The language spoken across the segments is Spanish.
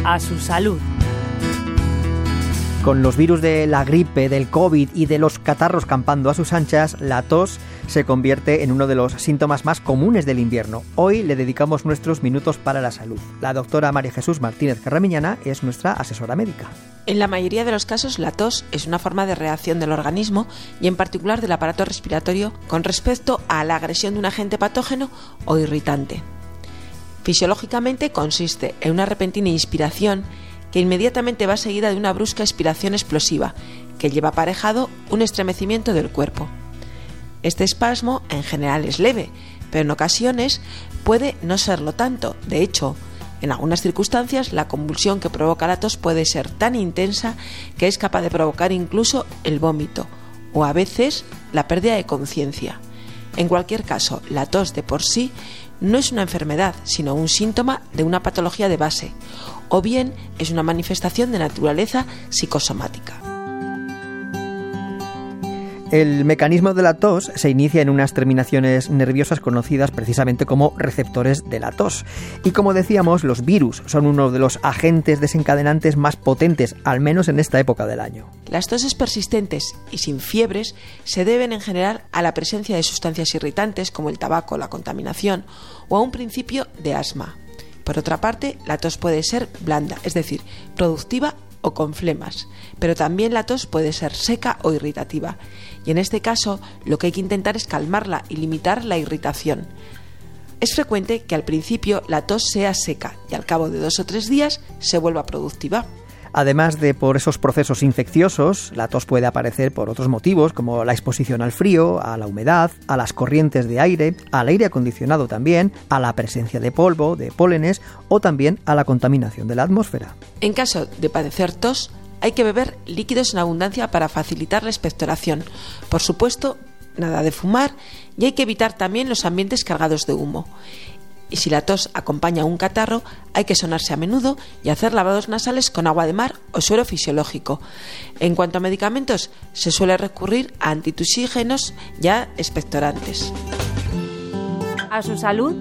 A su salud. Con los virus de la gripe, del COVID y de los catarros campando a sus anchas, la tos se convierte en uno de los síntomas más comunes del invierno. Hoy le dedicamos nuestros minutos para la salud. La doctora María Jesús Martínez Carramiñana es nuestra asesora médica. En la mayoría de los casos, la tos es una forma de reacción del organismo y en particular del aparato respiratorio con respecto a la agresión de un agente patógeno o irritante. Fisiológicamente consiste en una repentina inspiración que inmediatamente va seguida de una brusca expiración explosiva que lleva aparejado un estremecimiento del cuerpo. Este espasmo en general es leve, pero en ocasiones puede no serlo tanto. De hecho, en algunas circunstancias la convulsión que provoca la tos puede ser tan intensa que es capaz de provocar incluso el vómito o a veces la pérdida de conciencia. En cualquier caso, la tos de por sí no es una enfermedad, sino un síntoma de una patología de base, o bien es una manifestación de naturaleza psicosomática. El mecanismo de la tos se inicia en unas terminaciones nerviosas conocidas precisamente como receptores de la tos. Y como decíamos, los virus son uno de los agentes desencadenantes más potentes, al menos en esta época del año. Las toses persistentes y sin fiebres se deben en general a la presencia de sustancias irritantes como el tabaco, la contaminación o a un principio de asma. Por otra parte, la tos puede ser blanda, es decir, productiva o con flemas, pero también la tos puede ser seca o irritativa, y en este caso lo que hay que intentar es calmarla y limitar la irritación. Es frecuente que al principio la tos sea seca y al cabo de 2 o 3 días se vuelva productiva. Además de por esos procesos infecciosos, la tos puede aparecer por otros motivos como la exposición al frío, a la humedad, a las corrientes de aire, al aire acondicionado también, a la presencia de polvo, de pólenes o también a la contaminación de la atmósfera. En caso de padecer tos, hay que beber líquidos en abundancia para facilitar la expectoración. Por supuesto, nada de fumar y hay que evitar también los ambientes cargados de humo. Y si la tos acompaña a un catarro, hay que sonarse a menudo y hacer lavados nasales con agua de mar o suero fisiológico. En cuanto a medicamentos, se suele recurrir a antitusígenos ya expectorantes. A su salud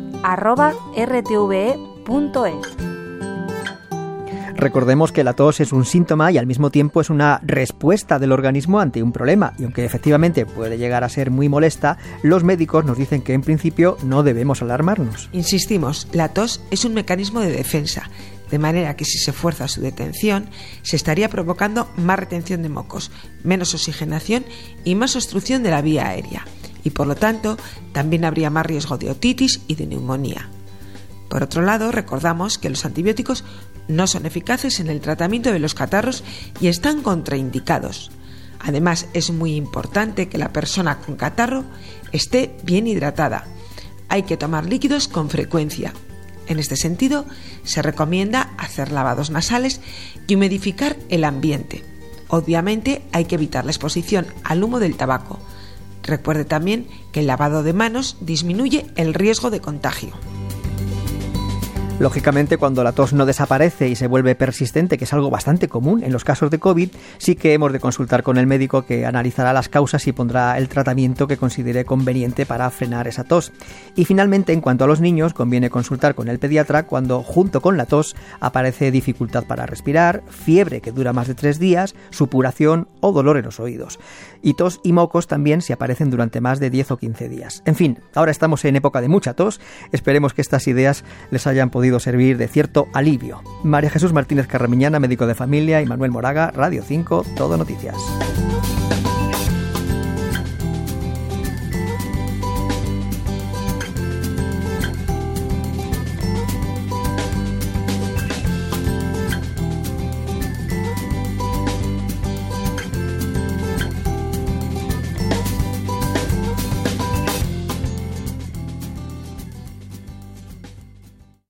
@rtve.es. Recordemos que la tos es un síntoma y al mismo tiempo es una respuesta del organismo ante un problema, y aunque efectivamente puede llegar a ser muy molesta, los médicos nos dicen que en principio no debemos alarmarnos. Insistimos, la tos es un mecanismo de defensa, de manera que si se fuerza su detención, se estaría provocando más retención de mocos, menos oxigenación y más obstrucción de la vía aérea, y por lo tanto también habría más riesgo de otitis y de neumonía. Por otro lado, recordamos que los antibióticos no son eficaces en el tratamiento de los catarros y están contraindicados. Además, es muy importante que la persona con catarro esté bien hidratada. Hay que tomar líquidos con frecuencia. En este sentido, se recomienda hacer lavados nasales y humidificar el ambiente. Obviamente, hay que evitar la exposición al humo del tabaco. Recuerde también que el lavado de manos disminuye el riesgo de contagio. Lógicamente, cuando la tos no desaparece y se vuelve persistente, que es algo bastante común en los casos de COVID, sí que hemos de consultar con el médico, que analizará las causas y pondrá el tratamiento que considere conveniente para frenar esa tos. Y finalmente, en cuanto a los niños, conviene consultar con el pediatra cuando, junto con la tos, aparece dificultad para respirar, fiebre que dura más de 3 días, supuración o dolor en los oídos. Y tos y mocos también si aparecen durante más de 10 o 15 días. En fin, ahora estamos en época de mucha tos. Esperemos que estas ideas les hayan podido servir de cierto alivio. María Jesús Martínez Carramiñana, médico de familia, y Manuel Moraga, Radio 5, Todo Noticias.